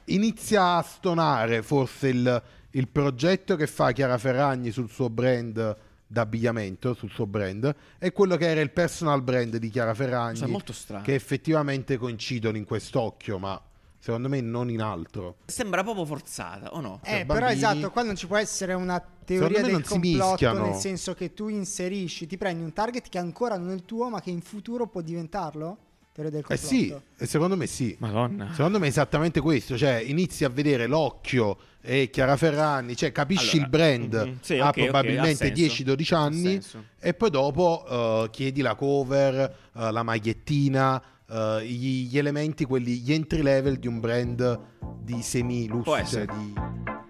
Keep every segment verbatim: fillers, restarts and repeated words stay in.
inizia a stonare forse il, il progetto che fa Chiara Ferragni sul suo brand d'abbigliamento, sul suo brand, è quello che era il personal brand di Chiara Ferragni, molto strano, che effettivamente coincidono in quest'occhio, ma secondo me non in altro. Sembra proprio forzata, o no? Eh, Cioè, però bambini- esatto, qua non ci può essere una teoria Secondo me del non si complotto, mischiano. nel senso che tu inserisci, ti prendi un target che ancora non è il tuo, ma che in futuro può diventarlo? Teoria del Eh complotto. sì, e secondo me sì. Madonna. Secondo me è esattamente questo, cioè inizi a vedere l'occhio e Chiara Ferragni, cioè capisci Allora, il brand mhm, sì, ha ok, ok, probabilmente ha senso. dieci dodici Ha anni senso. e poi dopo eh, chiedi la cover, eh, la magliettina, eh, gli, gli elementi, quelli, gli entry level di un brand di semi Può lusso, essere. cioè di...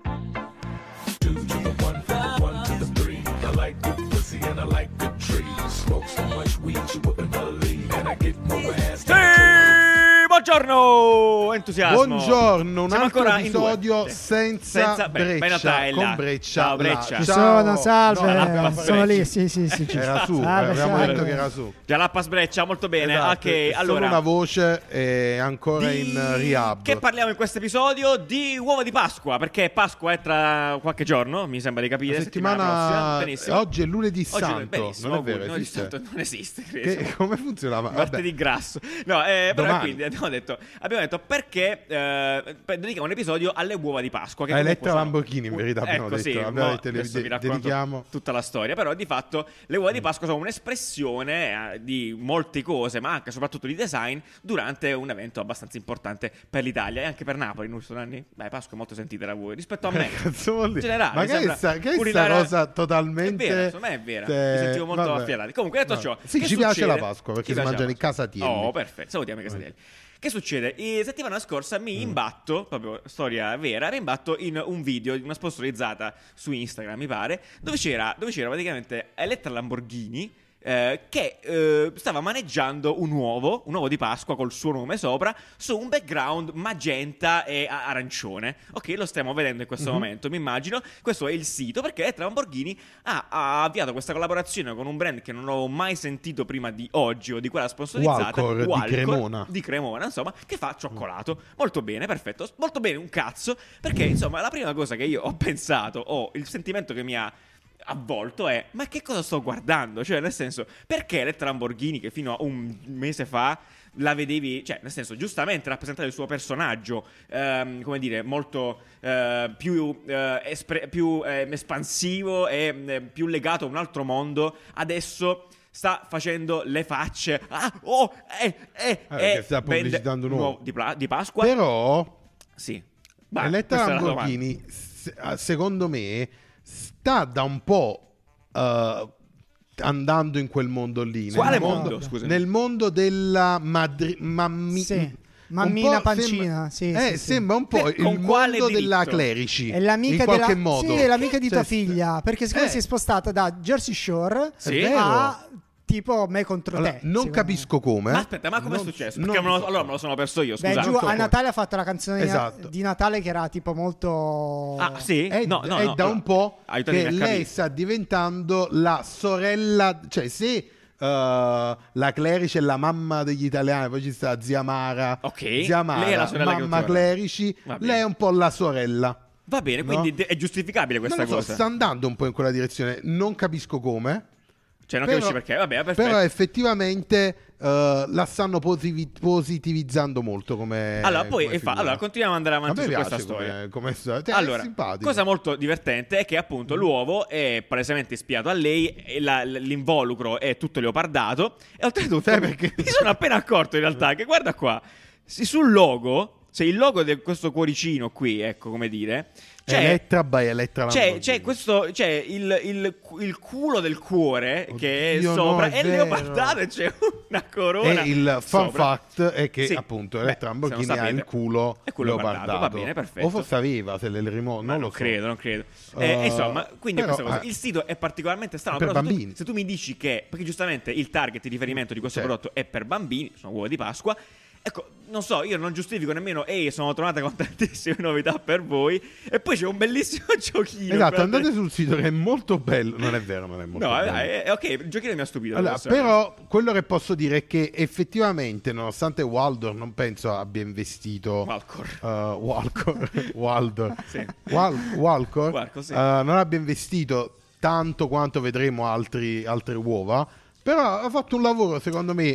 Two to the one, from the one to the three. I like good pussy and I like good trees. Smoke so much weed you wouldn't believe, and I get more ass. Sì, buongiorno, entusiasmo. Buongiorno, un Siamo altro ancora in due. episodio Sì. senza, Senza- beh, breccia, Benatella. con breccia. Ciao, là. Breccia. Ci Ciao. sono, No, salve, la sono lì, Breccia. sì, sì, sì. ci Era su, Salve, abbiamo salve. detto che era su. Gialappa sbreccia, molto bene. Esatto, Anche è solo allora una voce e ancora di- in rehab. Che parliamo in questo episodio di uova di Pasqua, perché Pasqua è tra qualche giorno, mi sembra di capire. La settimana, prossima. Benissimo. oggi è lunedì Oggi santo, benissimo, non è auguri, vero, lunedì esiste? santo non esiste, credo. Che, come funzionava? Vabbè. Martedì grasso. No, eh, però Domani. quindi abbiamo detto, abbiamo detto perché eh, per- dedichiamo un episodio alle uova di Pasqua. Che A comunque Elettra sono- Lamborghini, in verità, abbiamo ecco, detto. sì, Abbiamo mo detto, le- adesso vi de- racconto dedichiamo. tutta la storia. Però di fatto le uova di Pasqua sono un'espressione eh, di molte cose, ma anche e soprattutto di design, durante un evento abbastanza importante per l'Italia e anche per Napoli. Non sono anni? Beh, Pasqua è molto sentita da voi rispetto a me. Cazzo vuol In dire? generale, Ma mi che è sembra sta, che è sta culinaria- cosa totalmente... È vera, secondo me è vera. Eh, Mi sentivo molto vabbè. affiatati. Comunque, detto Vabbè. ciò, Sì, che ci piace succede? la Pasqua perché Ci si piace mangiano la i casatielli. Oh, perfetto. Salutiamo i casatielli. Che succede? E settimana scorsa mi Mm. imbatto, proprio storia vera, mi imbatto in un video di una sponsorizzata su Instagram, mi pare, dove c'era, dove c'era praticamente Elettra Lamborghini eh, che eh, stava maneggiando un uovo, un uovo di Pasqua col suo nome sopra, su un background magenta e a- arancione. Ok, lo stiamo vedendo in questo Mhm. momento, mi immagino. Questo è il sito, perché Elettra Lamborghini ha, ha avviato questa collaborazione con un brand che non avevo mai sentito prima di oggi o di quella sponsorizzata, Walcor di Cremona. di Cremona, insomma, che fa cioccolato. Molto bene, perfetto. Molto bene, un cazzo. Perché, insomma, la prima cosa che io ho pensato, o il sentimento che mi ha avvolto è: ma che cosa sto guardando? Cioè, nel senso, perché Elettra Lamborghini, che fino a un mese fa la vedevi, cioè, nel senso, giustamente rappresentare il suo personaggio, ehm, come dire, molto eh, più, eh, espre- più eh, espansivo e eh, più legato a un altro mondo, adesso sta facendo le facce. Ah, oh, eh, eh, Eh, perché sta vende pubblicizzando un uovo. di, pla- di Pasqua. Però Sì. Bah, Elettra questa è la domanda. Lamborghini, se- secondo me, sta da un po' eh, andando in quel mondo lì. nel Quale mondo? mondo? Scusami. Nel mondo della madri- mammi- Sì. un Mammina po' pancina, sembra- sì, eh, sì, sì. sembra un po' Per- il con quale mondo della diritto? Clerici. È l'amica in qualche della, modo. sì, è l'amica di tua Cioè, figlia, perché siccome eh. si è spostata da Jersey Shore Sì. È vero. a tipo me contro Allora, te. non secondo capisco come. Ma aspetta, ma com'è Non- successo? non Perché me lo- so. allora me lo sono perso io, me. scusa. Beh, giù Non so a come. Natale ha fatto la canzone di- Esatto. di Natale che era tipo molto... Ah, sì? È, no, no, è no. da un po' Aiutami che a lei capire. sta diventando la sorella, cioè se uh, la Clerici è la mamma degli italiani, poi ci sta zia Mara, Ok, zia Mara, lei è la sorella che mamma lo Clerici, Va bene. lei è un po' la sorella. Va bene, No? quindi de- è giustificabile questa Non lo so, cosa. sta andando un po' in quella direzione, non capisco come. Cioè, non Però- capisci perché? Vabbè, perfetto. Però effettivamente uh, la stanno posivi- positivizzando molto come Allora, poi come e fa- figura. allora, continuiamo ad andare A avanti me su piace questa storia. come, come sto- te- è Allora, simpatico. cosa molto divertente è che appunto l'uovo è palesemente ispirato a lei e la- l'involucro è tutto leopardato e oltretutto Sai perché? mi sono appena accorto in realtà che guarda qua, sì, sul logo, se il logo di questo cuoricino qui, ecco come dire, c'è Elettra by Elettra C'è, Lamborghini. c'è questo, c'è il, il, il culo del cuore che è Oddio, sopra, no, è è vero. leopardato e c'è una corona. E il fun sopra. fact è che Sì. appunto Beh, Elettra se Lamborghini non ha sapete, il culo è quello leopardato. leopardato, va bene, perfetto. O forse aveva, se le rimuove, Ma non non lo so. credo, non credo. Eh, Uh, insomma, quindi però, questa cosa. eh, Il sito è particolarmente strano. per Però se tu, bambini. se tu mi dici che, perché giustamente il target di riferimento di questo Certo. prodotto è per bambini, sono uova di Pasqua. ecco, non so, io non giustifico nemmeno, ehi, sono tornata con tantissime novità per voi, e poi c'è un bellissimo giochino. Esatto, guardate. andate sul sito che è molto bello. Non è vero, non è molto No, bello. è, è, ok, il giochino mi ha stupito. Allora, devo essere però quello che posso dire è che effettivamente, nonostante Waldor non penso abbia investito Walcor. uh, Walcor Waldor Sì. Wal- Walcor Walcor, sì. uh, non abbia investito tanto quanto vedremo altri, altre uova, però ha fatto un lavoro secondo me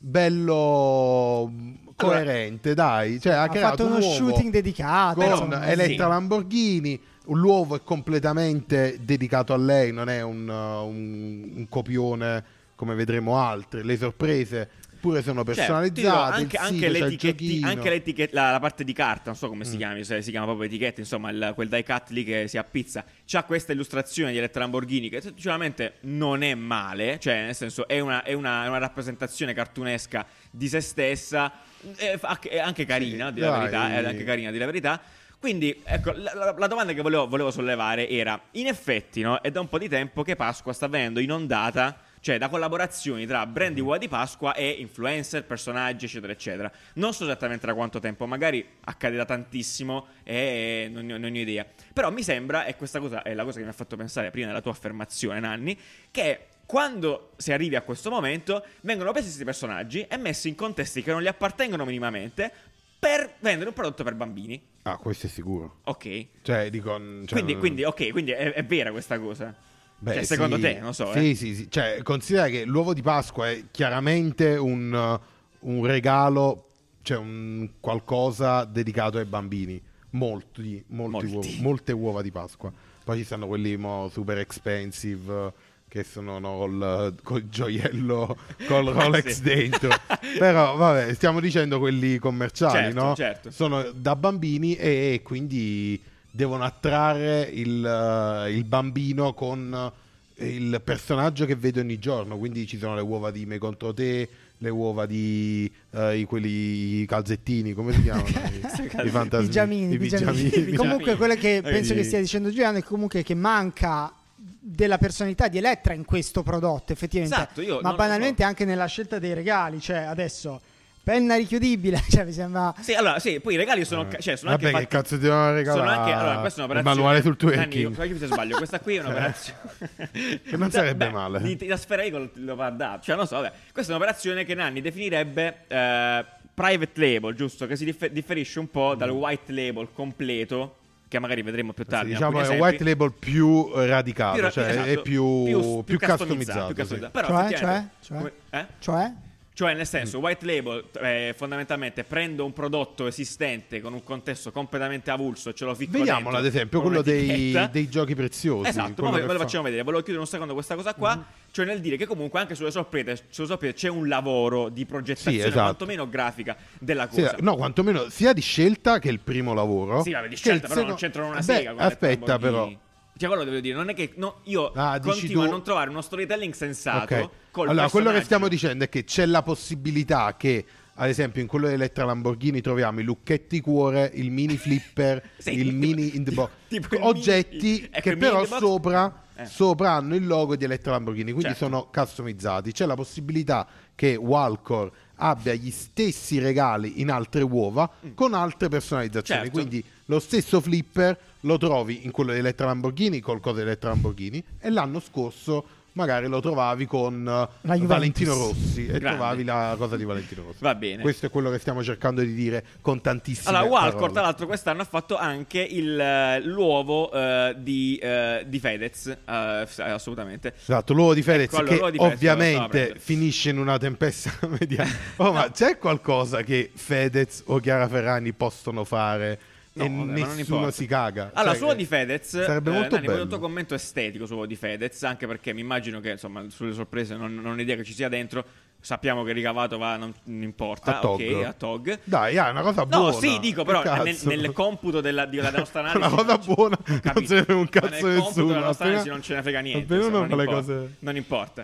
bello coerente, dai, cioè ha, Ha creato fatto uno un uovo shooting dedicato. con insomma. Elettra sì. Lamborghini. L'uovo è completamente dedicato a lei, non è un, uh, un- un copione come vedremo altri. Le sorprese pure sono Cioè, personalizzate. ti dirò, anche, il anche sito, c'è il l'etichetti- giochino. anche l'etichetta- la, la parte di carta, non so come Mm. si chiami, se si chiama proprio etichetta, insomma, il- quel die cut lì che si appizza. C'ha questa illustrazione di Elettra Lamborghini che sinceramente non è male, cioè nel senso è una, è una, è una rappresentazione cartunesca di se stessa, è, fa- è anche carina, Sì, di la dai. verità, è anche carina, di la verità. Quindi, ecco, la, la- la domanda che volevo, volevo sollevare era, in effetti, no, è da un po' di tempo che Pasqua sta venendo inondata, cioè da collaborazioni tra brand di uova di Pasqua e influencer, personaggi, eccetera, eccetera. Non so esattamente da quanto tempo, magari accade da tantissimo e non, ne ho- non ne ho idea. Però mi sembra, e questa cosa è la cosa che mi ha fatto pensare prima della tua affermazione, Nanni, che quando si arrivi a questo momento vengono presi questi personaggi e messi in contesti che non gli appartengono minimamente per vendere un prodotto per bambini. Ah, questo è sicuro. Ok. Cioè, dico, cioè, Quindi, non- quindi, ok, quindi è, è vera questa cosa. Beh, Cioè, secondo sì. te, non so, Sì, eh. sì, sì. Cioè, considera che l'uovo di Pasqua è chiaramente un, uh, un regalo, cioè un qualcosa dedicato ai bambini. Molti, molti Molti. uova- molte uova di Pasqua. Poi ci stanno quelli mo, super expensive, uh, che sono no, col, col gioiello, col Rolex Sì. dentro. Però, vabbè, stiamo dicendo quelli commerciali, Certo, no? certo. Sono da bambini e, e quindi devono attrarre il, uh, il bambino con uh, il personaggio che vede ogni giorno. Quindi ci sono le uova di Me contro te, le uova di uh, i, quelli i calzettini, come si chiamano? I, i fantasmi- Pigiamini, i pigiamini. pigiamini. Comunque quello che Quindi- penso che stia dicendo Giuliano è comunque che manca della personalità di Elettra in questo prodotto, effettivamente. Esatto, io ma non lo banalmente so. anche nella scelta dei regali, cioè adesso penna richiudibile, cioè mi sembra Sì, allora, sì, poi i regali sono, ca- cioè, sono Vabbè, anche che fatti... cazzo ti devono regalare? Sono anche, allora, questa è Il un'operazione. manuale sul Nanni, twerking. correggimi se sbaglio, questa qui è un'operazione. Che non sarebbe Beh, male. Di, la sfera Eagle lo va dato. Cioè, non so, vabbè. Questa è un'operazione che Nanni definirebbe eh, private label, giusto? Che si differ- differisce un po' dal white label completo, che magari vedremo più Sì, tardi. in diciamo è alcuni un esempi. white label più radicato, Più ra- cioè esatto, è più, più, più customizzato. più sì. customizzato. Però, Cioè, effettivamente- cioè, cioè? come- eh? cioè Cioè, nel senso, white label eh, fondamentalmente prendo un prodotto esistente con un contesto completamente avulso e ce lo ficco Vediamolo dentro ad esempio con quello dei, un'etichetta. dei giochi preziosi. Esatto, quello poi che ve lo fa- facciamo vedere. Volevo chiudere un secondo questa cosa qua. Mm-hmm. Cioè, nel dire che comunque anche sulle sorprese, sulle sorprese c'è un lavoro di progettazione, Sì, esatto. quantomeno grafica, della Sì, cosa. no, quantomeno sia di scelta che il primo lavoro. Sì, vabbè, di che scelta, il però non seco- c'entrano una Beh, sega. con aspetta, Lamborghini. però. Cioè, quello devo dire, non è che no, io Ah, dici continuo tu- a non trovare uno storytelling sensato. Ok. Col Allora, quello che personaggio. stiamo dicendo è che c'è la possibilità che, ad esempio, in quello di Elettra Lamborghini troviamo i lucchetti cuore, il mini flipper, Sì, il tipo- mini in the box, tipo il oggetti mini- ecco, che il mini però in the box- sopra, Eh. sopra hanno il logo di Elettra Lamborghini, quindi Certo. sono customizzati. C'è la possibilità che Walcor abbia gli stessi regali in altre uova con altre personalizzazioni, Certo. quindi lo stesso flipper lo trovi in quello di Elettra Lamborghini col coso di Elettra Lamborghini e l'anno scorso magari lo trovavi con uh, Juventus. Valentino Rossi e Grande. trovavi la cosa di Valentino Rossi. Va bene. Questo è quello che stiamo cercando di dire con tantissime Allora, Walcor, parole. tra l'altro, quest'anno ha fatto anche il, eh, l'uovo eh, di, eh, di Fedez. eh, sì, assolutamente. Esatto, l'uovo di Fedez Ecco, allora, che l'uovo di Fedez lo stavo a ovviamente prendere. finisce in una tempesta mediatica. Oh, ma c'è qualcosa che Fedez o Chiara Ferragni possono fare No, e vabbè, ma non nessuno importa. si caga? Allora, Cioè, suo di Fedez, sarebbe eh, molto Nanni, voglio bello. il tuo commento estetico su di Fedez, anche perché mi immagino che, insomma, sulle sorprese non, non ho idea che ci sia dentro. Sappiamo che il ricavato va, non, non importa, A Tog. ok, a Tog. Dai, è una cosa No, buona. sì, dico, Che però nel, cazzo? nel computo della, di- della nostra analisi Una cosa non ci- buona, ho non capito. se ne frega un Ma cazzo nel computo nessuno. della nostra Appena- analisi non ce ne frega niente, appena insomma, uno non, fa le importa, cose- non importa.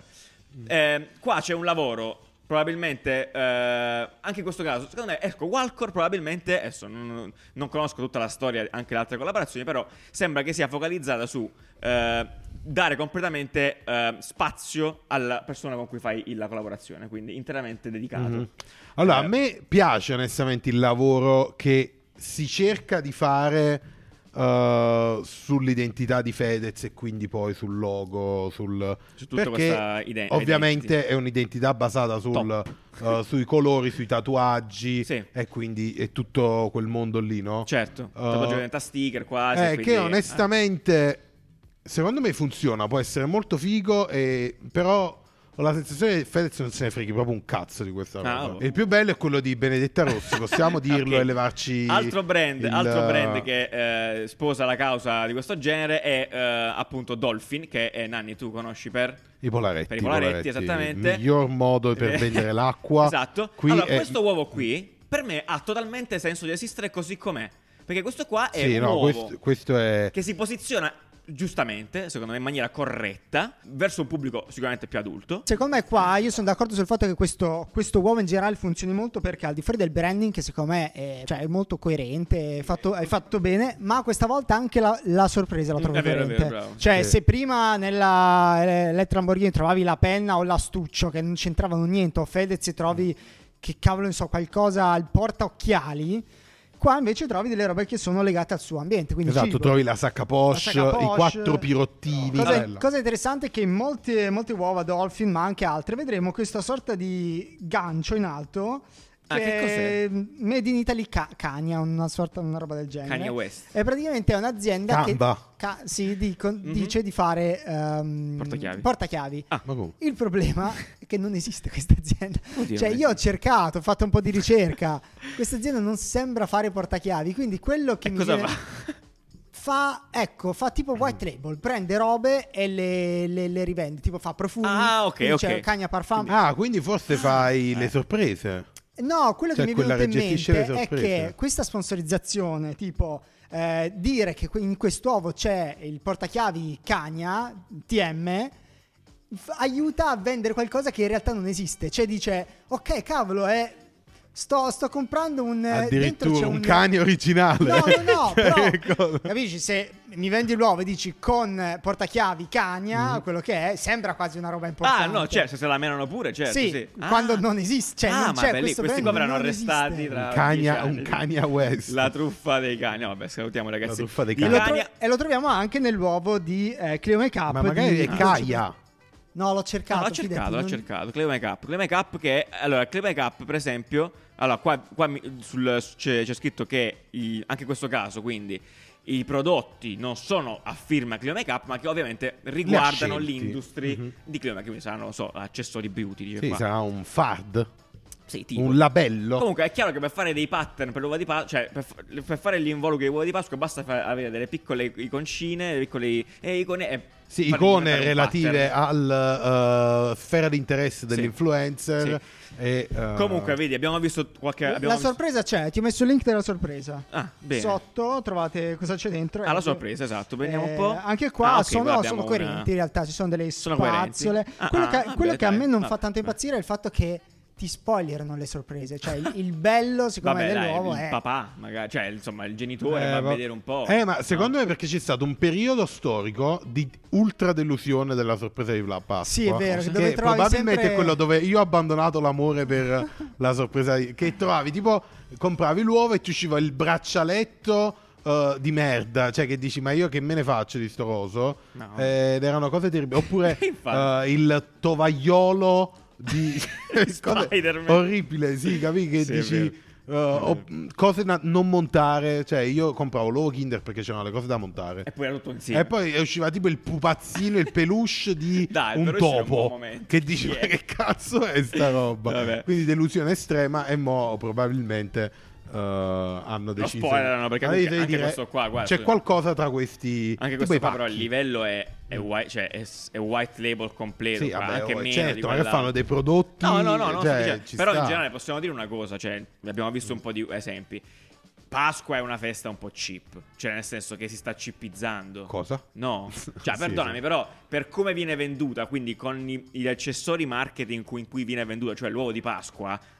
Eh, qua c'è un lavoro probabilmente eh, anche in questo caso, secondo me, ecco, Walcor probabilmente, adesso non, non conosco tutta la storia, anche le altre collaborazioni, però sembra che sia focalizzata su eh, dare completamente eh, spazio alla persona con cui fai la collaborazione, quindi interamente dedicato. Mhm. Allora, Eh, a me piace onestamente il lavoro che si cerca di fare uh, sull'identità di Fedez e quindi poi sul logo, sul... Su tutta perché questa ide- ovviamente identity. è un'identità basata sul, uh, sui colori, sui tatuaggi, Sì. e quindi è tutto quel mondo lì, no? Certo, Uh, dopo diventa sticker quasi. Eh, quindi- che onestamente secondo me funziona, può essere molto figo, e però ho la sensazione che Fedez non se ne freghi proprio un cazzo di questa Ah, roba. oh. E il più bello è quello di Benedetta Rossi, possiamo dirlo Ok. e levarci Altro brand, il- altro brand che eh, sposa la causa di questo genere è eh, appunto Dolphin, che è, Nanni, tu conosci per... i polaretti, per i polaretti, esattamente. il miglior modo per vendere l'acqua. Esatto. Qui allora, è- questo uovo qui per me ha totalmente senso di esistere così com'è, perché questo qua è sì, un no, uovo questo, questo è che si posiziona giustamente, secondo me in maniera corretta, verso un pubblico sicuramente più adulto. Secondo me qua io sono d'accordo sul fatto che questo, questo uovo in generale funzioni molto, perché al di fuori del branding, che secondo me è, cioè, è molto coerente, è fatto, è fatto bene, ma questa volta anche la, la sorpresa la Mm, trovo è vero, è coerente. vero, bravo. Cioè Sì. se prima nella eh, Elettra Lamborghini trovavi la penna o l'astuccio che non c'entravano niente, o Fedez trovi che cavolo ne so qualcosa al portaocchiali, qua invece trovi delle robe che sono legate al suo ambiente, quindi esatto, cibo. trovi la sacca Porsche, La sacca i Porsche. quattro pirottini. Cosa, bella. cosa interessante è che in molte, molte uova Dolphin, ma anche altre, vedremo questa sorta di gancio in alto. Ah, che cos'è? Made in Italy Ca- Cagna, una sorta, una roba del genere. Kanye West. È praticamente un'azienda Canva. che ca- sì, di- con- Mhm. dice di fare ehm, Portachiavi. portachiavi. Ah, Ma come? Il problema è che non esiste questa azienda. Oddio, Cioè, non io ho esiste. cercato, ho fatto un po' di ricerca. Questa azienda non sembra fare portachiavi, quindi quello che E mi cosa viene- fa? fa, ecco, fa tipo white label, prende robe e le, le- le rivende, tipo fa profumi. Ah, ok, quindi ok. c'è Cagna Parfum. Ah, quindi forse fai le sorprese. No, quello Cioè, che mi è quella venuto in che gestisce le mente è sorprese. che questa sponsorizzazione, tipo eh, dire che in quest'uovo c'è il portachiavi Cagna T M, f- aiuta a vendere qualcosa che in realtà non esiste. Cioè dice, ok, cavolo, è... Sto, sto comprando un... eh, dentro Addirittura c'è un cane originale. No, no, no, però Cioè, cosa- capisci, se mi vendi l'uovo e dici con portachiavi Cagna, quello che è, sembra quasi una roba importante. Ah, no, certo, se la menano pure, certo, Sì, sì. Ah. quando non esiste, cioè Ah, non ma c'è belli, questo questi brand, qua verranno non arrestati esiste. tra Un Kanye- dieci anni. un Kanye West. La truffa dei cani. No, vabbè, salutiamo ragazzi. La truffa dei Di E cani. lo, tro- Kanye- e lo troviamo anche nell'uovo di eh, Cleo Makeup. Ma magari di- è Kaya. No, l'ho cercato. No, l'ho cercato, fidati, l'ho non- cercato. Cleo Makeup. Cleo Makeup che... Allora, Cleo Makeup, per esempio... Allora, qua, qua mi- sul, c'è, c'è scritto che i- anche in questo caso, quindi, i prodotti non sono a firma Cleo Makeup, ma che ovviamente riguardano scelti. l'industry Mhm. di Cleo Makeup. Quindi saranno, non so, accessori beauty, dice Sì, qua. sarà un fard, Sì, tipo. un labello. Comunque è chiaro che per fare dei pattern per l'uovo di Pasqua, cioè per, fa- per fare gli involucri di uovo di Pasqua basta fa- avere delle piccole iconcine, delle piccole eh, icone e Sì, farli icone diventare un relative pattern. al uh, sfera di interesse Sì. dell'influencer. E, uh, Comunque, vedi, abbiamo visto qualche... La Abbiamo visto- sorpresa c'è, ti ho messo il link della sorpresa. Ah, bene. Sotto trovate cosa c'è dentro. Ah, la Eh, sorpresa, esatto. Vediamo eh, un po'. Anche qua Ah, ok, sono, qua abbiamo sono coerenti una- in realtà, ci sono delle Sono coerenti. spazzole. Ah, quello ah, che, vabbè, quello che a dai, me non vabbè. fa tanto impazzire è il fatto che ti spoilerano le sorprese. Cioè il, il bello secondo Vabbè, me dai, dell'uovo il è... papà, magari, cioè, insomma, il genitore Eh, va a va- vedere un po'. Eh, ma secondo no? me perché c'è stato un periodo storico di ultra delusione della sorpresa di la Pasqua. Sì, è vero, Che dove trovavi probabilmente sempre- è quello dove io ho abbandonato l'amore per la sorpresa di... che trovavi tipo compravi l'uovo e ti usciva il braccialetto uh, di merda, cioè che dici ma io che me ne faccio di sto coso? No. Eh, ed erano cose terribili. Oppure Infatti. uh, il tovagliolo di cose Spider-Man. orribile, sì, capi che Sì, è dici uh, o- cose na- non montare, cioè io compravo l'uovo Kinder perché c'erano le cose da montare. E poi era tutto insieme. E poi usciva tipo il pupazzino, il peluche di Dai, un però c'era un buon topo. momento. Che dici, Sì, ma eh. che cazzo è sta roba? Vabbè. Quindi delusione estrema. E mo probabilmente uh, hanno deciso. spoilerano, perché Ma comunque devi anche questo qua, guarda, c'è cioè- qualcosa tra questi. Anche tipo questo i qua, però, il pacchi. livello è, è, white, cioè, è, è white label completo. Sì, qua, vabbè, anche oh, meno certo, di ma che quella- fanno dei prodotti. No, no, no, non cioè, sto dicendo. ci Però sta. in generale possiamo dire una cosa, cioè, abbiamo visto un po' di esempi. Pasqua è una festa un po' cheap, cioè nel senso che si sta chippizzando. Cosa? No, cioè Sì, perdonami, sì. però per come viene venduta, quindi con i- gli accessori marketing in cui, in cui viene venduta, cioè l'uovo di Pasqua,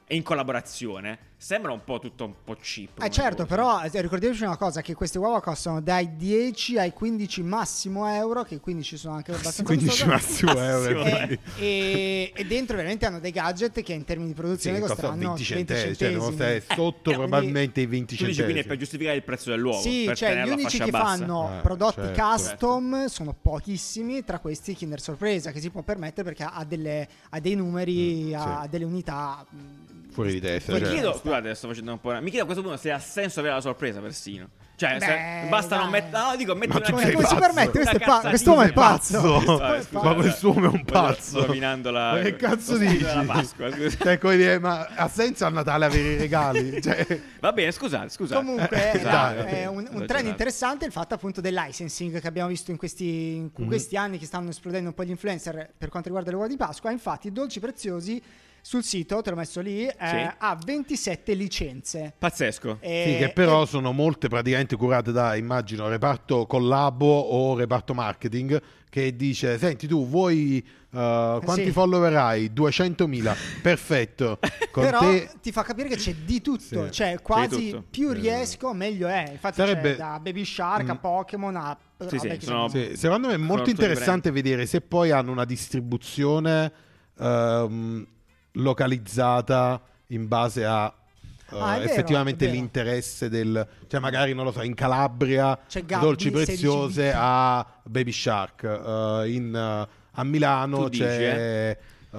e in collaborazione, sembra un po' tutto un po' cheap. Eh come certo, cosa. però eh, ricordiamoci una cosa, che queste uova costano dai dieci ai quindici massimo euro, che quindici sono anche abbastanza quindici costose. massimo euro. Massimo, quindi. e, e, e dentro veramente hanno dei gadget che in termini di Sì, produzione costano costeranno venti venti centesimi, cioè devono centesimi. stare sotto Eh, probabilmente i venti Tu dici quindi è centesimi. per giustificare il prezzo dell'uovo, Sì, per cioè tenere gli la unici fascia che bassa. fanno Eh, prodotti certo. custom sono pochissimi, tra questi Kinder Sorpresa, che si può permettere perché ha, delle, ha dei numeri, Mm, ha sì. delle unità mh, Fuori di testa. Mi cioè. chiedo, scusate, sto facendo un po'. Mi chiedo a questo punto se ha senso avere la sorpresa persino. Cioè, Beh, se basta non dai. mettere. No, dico, metti Ma una tu come, sei come si pazzo. permette? Questo è, Una pa- quest'uomo è cazzatina. pazzo. Pazzo. Vabbè, Questo è Ma pazzo. quest'uomo è un Sto pazzo. rovinando la. Ma che cazzo lo dici? spirito della Pasqua, scusa. Cioè, come dire, ma ha senso a Natale avere i regali? Cioè, Va bene, scusate, scusate. Comunque Eh, là, dai, è un, un Esagerato. trend interessante il fatto appunto del licensing che abbiamo visto in questi, in Mhm. questi anni, che stanno esplodendo un po' gli influencer per quanto riguarda le uova di Pasqua. Infatti Dolci Preziosi sul sito, te l'ho messo lì, eh, Sì. ha ventisette licenze. Pazzesco. E- sì, che però sono molte praticamente curate da, immagino, reparto collabo o reparto marketing, che dice, senti tu, vuoi uh, quanti Sì. follower hai? duecentomila, perfetto. Con Però te ti fa capire che c'è di tutto, Sì. cioè quasi tutto. più riesco meglio è. Infatti Sarebbe- c'è da Baby Shark a Mm. Pokémon a Sì, sì, robe che sono- sono- Sì, secondo me è molto Corto di interessante vedere se poi hanno una distribuzione ehm, localizzata in base a eh, Ah, è vero, effettivamente è vero. l'interesse del, cioè magari non lo so, in Calabria C'è Gabby, Dolci sedici Preziose bit. a Baby Shark, eh, in, eh, a Milano Tu dici, c'è eh,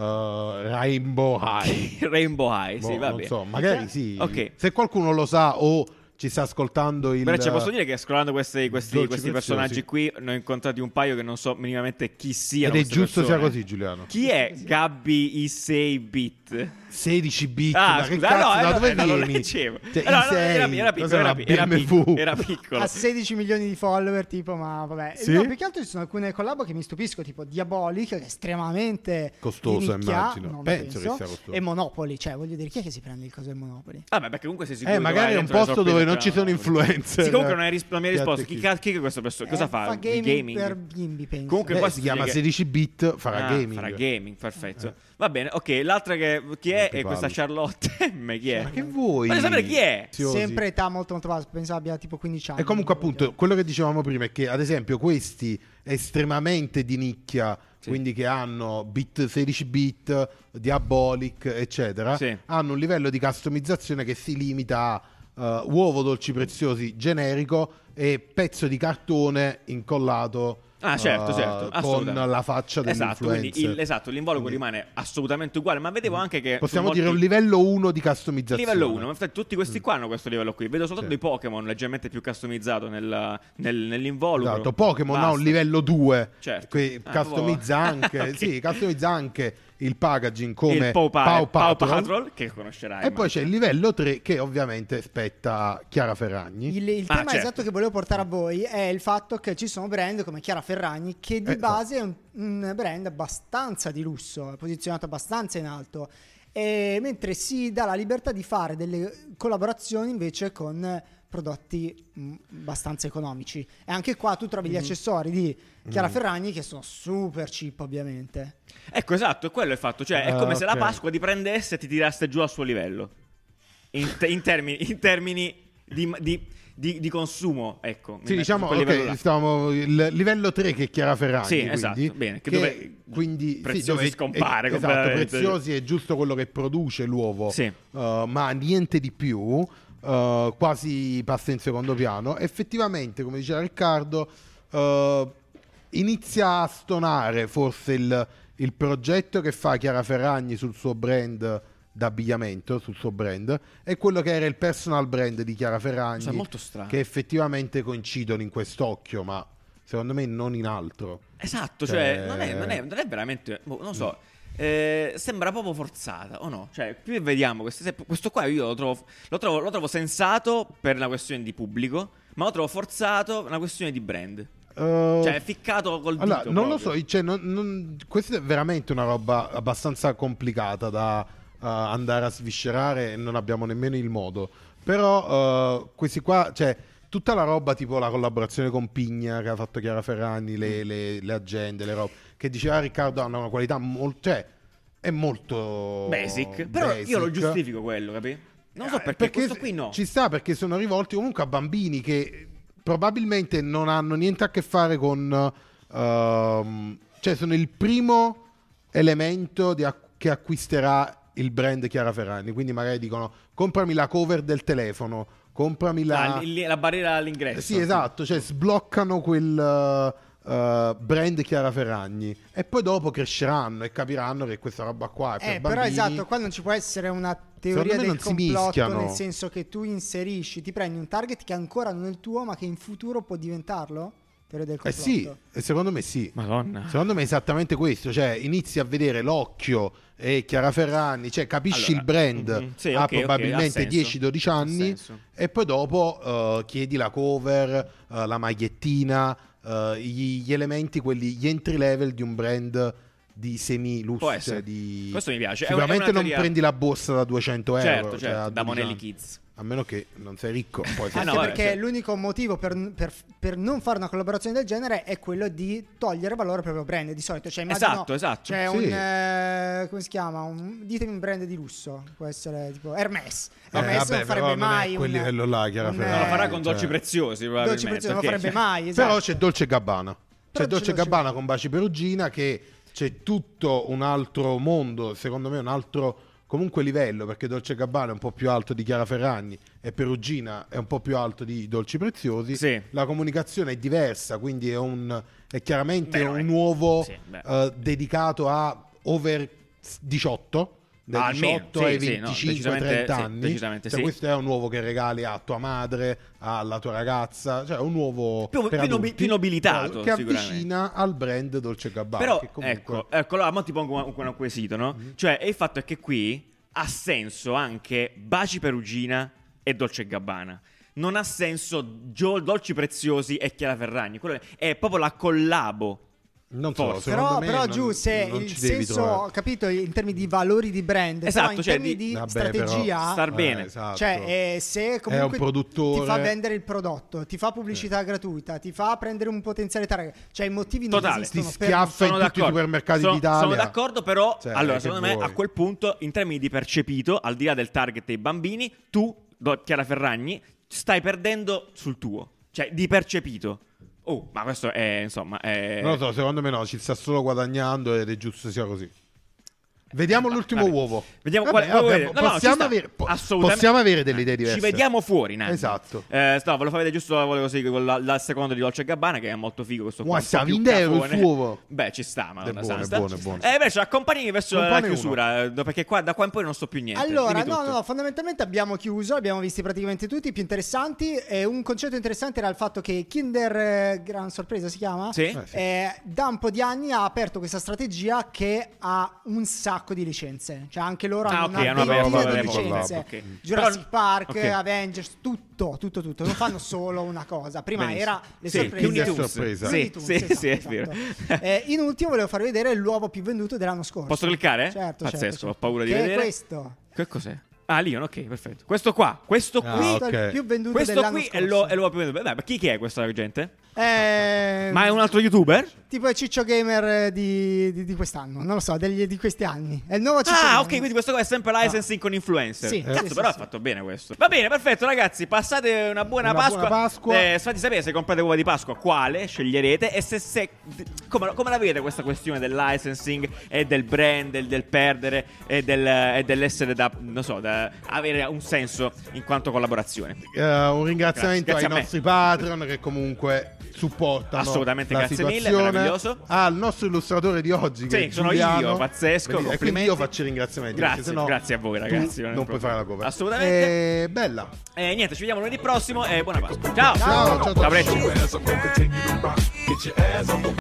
Rainbow High. Rainbow High, sì, Boh, va non bene. so, magari sì. Ok. Se qualcuno lo sa o ci sta ascoltando il Però ci posso dire che scrollando questi, questi, Dolci questi Preziosi. personaggi qui ne ho incontrati un paio che non so minimamente chi siano. ed è queste giusto sia persone. così, Giuliano. Chi è Gabby i sei bit? sedici bit, Ah, ma che scusa, cazzo, no, da eh, dove no, non lo vieni? leggevo. Cioè, Eh, no, i no, sei, era, era piccolo, cos'è, era, una pi- era, B M W? pic- era piccolo. ha sedici milioni di follower, tipo, ma vabbè. Sì? No, più che altro ci sono alcune collab che mi stupisco, tipo Diabolic, che è estremamente Costoso, di nicchia, immagino. non Penso che penso, sia costoso. e Monopoly, cioè voglio dire, chi è che si prende il coso del Monopoly? Vabbè, perché comunque sei sicuro Eh, che magari vai è un dentro le posto sorprese dove non ci tra- sono influencer. Sì, comunque non, hai ris- non mi hai risposto. Chi, Chi ca- chi è questo perso- cosa Eh, fa? fa gaming, Gaming? per bimbi, penso. Comunque Beh, qua si chiama che- sedici bit, farà Ah, gaming. farà gaming, perfetto. Va bene, ok. L'altra che chi è? Non ti È questa parlo. Charlotte M. Chi è? Ma che vuoi? Voglio sapere chi è. Preziosi. Sempre età molto molto bassa, penso abbia tipo quindici anni. E comunque appunto quello che dicevamo prima è che ad esempio questi estremamente di nicchia, Sì. quindi che hanno bit sedici bit, Diabolic eccetera, Sì. hanno un livello di customizzazione che si limita a uh, uovo Dolci Preziosi generico e pezzo di cartone incollato Ah, certo, uh, certo, con assolutamente. la faccia Esatto, quindi dell'influencer. il, esatto, l'involucro Quindi- rimane assolutamente uguale, ma vedevo anche che Possiamo molti- dire un livello uno di customizzazione. livello uno, infatti tutti questi qua hanno questo livello qui. Vedo soltanto Sì. i Pokémon leggermente più customizzato nel, nel- nell'involucro. Esatto, Pokémon ha un Basta. livello due, Certo. che Ah, customizza anche, ok. sì, customizza anche il packaging come il Paw, Pa- Paw Paw Patrol. Patrol, che conoscerai. E poi c'è il livello tre che ovviamente spetta a Chiara Ferragni. Il, il Ah, tema certo. esatto che volevo portare a voi è il fatto che ci sono brand come Chiara Ferragni che di Eh, base è un, un brand abbastanza di lusso, è posizionato abbastanza in alto, e mentre si dà la libertà di fare delle collaborazioni invece con prodotti mh, abbastanza economici. E anche qua tu trovi gli Mm-hmm. accessori di Chiara Ferragni che sono super cheap ovviamente. Ecco, esatto, è quello il fatto. Cioè, è Ah, come se la ok. Pasqua ti prendesse e ti tirasse giù al suo livello. In, te- in termini, in termini di, di- di- di consumo, ecco. Sì, In- diciamo, su quel livello ok, là. stavamo il livello tre che è Chiara Ferragni. Sì, quindi, esatto, bene, che che dove quindi, sì, Preziosi dove è- scompare è- esatto, completamente. Preziosi è giusto quello che produce l'uovo, Sì. uh, ma niente di più, uh, quasi passa in secondo piano. Effettivamente, come diceva Riccardo, uh, inizia a stonare forse il, il progetto che fa Chiara Ferragni sul suo brand d'abbigliamento, sul suo brand, e quello che era il personal brand di Chiara Ferragni, Cioè, molto strano. che effettivamente coincidono in quest'occhio, ma secondo me non in altro. Esatto, Cioè- cioè, non, è, non, è, non è veramente, boh, non so, eh, sembra proprio forzata, o no? Cioè, più vediamo, queste, questo qua io lo trovo, lo, trovo, lo trovo sensato per una questione di pubblico, ma lo trovo forzato per una questione di brand. Uh, Cioè, è ficcato col dito. allora, non lo proprio. so, cioè, non- non- questa è veramente una roba abbastanza complicata da uh, andare a sviscerare e non abbiamo nemmeno il modo. Però uh, questi qua, cioè, tutta la roba tipo la collaborazione con Pigna che ha fatto Chiara Ferragni, le, le- le agende, le robe, che diceva Riccardo hanno una qualità molto... Cioè, è molto basic. Però basic. io lo giustifico quello, capi? Non so Eh, perché, questo qui no. Ci sta perché sono rivolti comunque a bambini che probabilmente non hanno niente a che fare con ehm, cioè sono il primo elemento di ac- che acquisterà il brand Chiara Ferragni, quindi magari dicono comprami la cover del telefono, comprami la, Ah, il- la barriera all'ingresso. sì, esatto, cioè sbloccano quel uh, brand Chiara Ferragni e poi dopo cresceranno e capiranno che questa roba qua è per Eh, però bambini. esatto, qua non ci può essere una teoria Secondo me del non si complotto, mischiano. nel senso che tu inserisci, ti prendi un target che ancora non è il tuo, ma che in futuro può diventarlo? Teoria del Eh complotto. sì, e secondo me sì. Madonna. Secondo me è esattamente questo, cioè inizi a vedere l'occhio e Chiara Ferragni, cioè capisci Allora, il brand mhm, sì, ha ok, ok, ha probabilmente senso. dieci dodici Ha anni senso. e poi dopo eh, chiedi la cover, eh, la magliettina, eh, gli, gli elementi, quelli, gli entry level di un brand di semi lusso. Può essere. Di... Questo mi piace. È un- è Sicuramente una non teoria- prendi la borsa da duecento euro. Certo, cioè, certo, a da dodici Monelli anni. Kids. A meno che non sei ricco. Poi Ah, Anche no, vabbè, perché certo. l'unico motivo per, per- per non fare una collaborazione del genere è quello di togliere valore al proprio brand. Di solito, cioè, immagino, Esatto, esatto. C'è Sì. un eh, come si chiama? Un, ditemi un brand di lusso. Può essere tipo Hermes. Eh, Hermes vabbè, non farebbe però non è mai quel un, livello là, Chiara un, Ferragni. Non lo farà eh, con cioè- dolci preziosi, Dolce probabilmente. Prezioso non perché- farebbe mai. Esatto. Però c'è Dolce Gabbana. C'è Però Dolce c'è Dolce Gabbana con Baci Perugina che c'è tutto un altro mondo, secondo me un altro comunque livello, perché Dolce Gabbana è un po' più alto di Chiara Ferragni e Perugina è un po' più alto di Dolci Preziosi. Sì. La comunicazione è diversa, quindi è, un, è chiaramente Beh, un è- nuovo sì, beh. eh, dedicato a over diciotto. Dai Ah, almeno, diciotto sì, ai sì, no, venticinque decisamente trenta sì, anni. decisamente Cioè, sì. questo è un nuovo che regali a tua madre, alla tua ragazza, cioè un nuovo Più- per più nobi- adulti, più nobilitato, che sicuramente. avvicina al brand Dolce Gabbana. Però, che comunque... ecco, ecco, allora mo ti pongo un, un quesito, no? Mm-hmm. Cioè, e il fatto è che qui ha senso anche Baci Perugina e Dolce Gabbana. Non ha senso Gio- Dolci Preziosi e Chiara Ferragni. Quello è, è proprio la collabo. non so, forse. secondo Però, me però non- giù, se non il ci devi senso, trovare. capito, in termini di valori di brand, Esatto, però in cioè termini di- di Vabbè, strategia, però- Star Eh, bene. esatto. cioè eh, se comunque È un produttore. ti fa vendere il prodotto, ti fa pubblicità gratuita, ti fa prendere un potenziale target, cioè i motivi non Totale. esistono Ti per- schiaffa in tutti i supermercati sono, d'Italia. sono d'accordo, però Cioè, allora, che secondo me, vuoi? a quel punto, in termini di percepito, al di là del target dei bambini, tu, Do- Chiara Ferragni, stai perdendo sul tuo. Cioè, di percepito. Oh, ma questo è, insomma, è... Non lo so, secondo me no, ci sta solo guadagnando ed è giusto che sia così. Vediamo l'ultimo vabbè. uovo. Vediamo Vabbè, qual- vabbè, no, no, ci possiamo, sta. avere, po- Assolutamente. possiamo avere delle idee diverse. Ci vediamo fuori, Nanni. Esatto. Eh, no, ve lo fa vedere giusto volevo così con la, la seconda di Dolce Gabbana, che è molto figo questo qua. Mua, un po' sta più vindendo il cafone. suo uovo. Beh, ci sta, ma È buono, è buono, è buono. E invece accompagnami verso Compane la chiusura, eh, perché qua, da qua in poi non so più niente. Allora, Dimmi no, tutto. no, no, fondamentalmente abbiamo chiuso, abbiamo visti praticamente tutti i più interessanti. E un concetto interessante era il fatto che Kinder eh, Gran Sorpresa si chiama? Sì? Eh, sì. Eh, da un po' di anni ha aperto questa strategia che ha un sacco di licenze. Cioè anche loro Ah, hanno ok, una hanno aperto ventina vabbè, di vabbè, licenze. ok. Jurassic Però- Park, ok. Avengers, tutto, tutto, tutto. Non fanno solo una cosa. Prima Benissimo. era le Sì, sorprese. Looney Kinder Tunes. sorpresa. Sì, Looney Tunes, sì, esatto, sì, è vero. esatto. Eh, in ultimo volevo farvi vedere l'uovo più venduto dell'anno scorso. Posso cliccare? Certo, Pazzesco, certo, certo. ho paura di che vedere. È questo. Che cos'è? Ah, Leon, ok, perfetto. Questo qua, questo Ah, qui, Questo è ok. il più venduto questo dell'anno qui è scorso. lo, è l'uovo più venduto. Beh, ma chi, chi è questa gente? Eh, Ma è un altro youtuber? tipo il Ciccio Gamer eh, di, di, di quest'anno, non lo so, degli- di questi anni. È il nuovo Ciccio Ah, Gamer. ok, quindi questo qua è sempre licensing con influencer. Sì, Cazzo, sì, però sì, ha fatto bene questo. Va bene, perfetto, ragazzi. Passate una buona Una Pasqua. buona Pasqua. Eh, fate sapere se comprate uova di Pasqua, quale sceglierete. E se, se come, come la vedete questa questione del licensing e del brand, del, del perdere e, del, e dell'essere da, non so, da avere un senso in quanto collaborazione. Eh, un ringraziamento Grazie, grazie a ai me. nostri Patreon che comunque supportano Assolutamente, la grazie mille, situazione. meraviglioso. Al nostro illustratore di oggi che Sì, è sono Giuliano. io, pazzesco, Bellissimo. E quindi complimenti. io faccio i ringraziamenti Grazie, perché sennò grazie a voi, tu ragazzi, non non, è puoi proprio- fare la cover. Assolutamente. Eh, bella. E niente, ci vediamo lunedì prossimo e buona Pasqua. Ciao. Ciao, ciao, ciao. Ciao, Breccia. As I'm gonna continue to rock, get your ass on the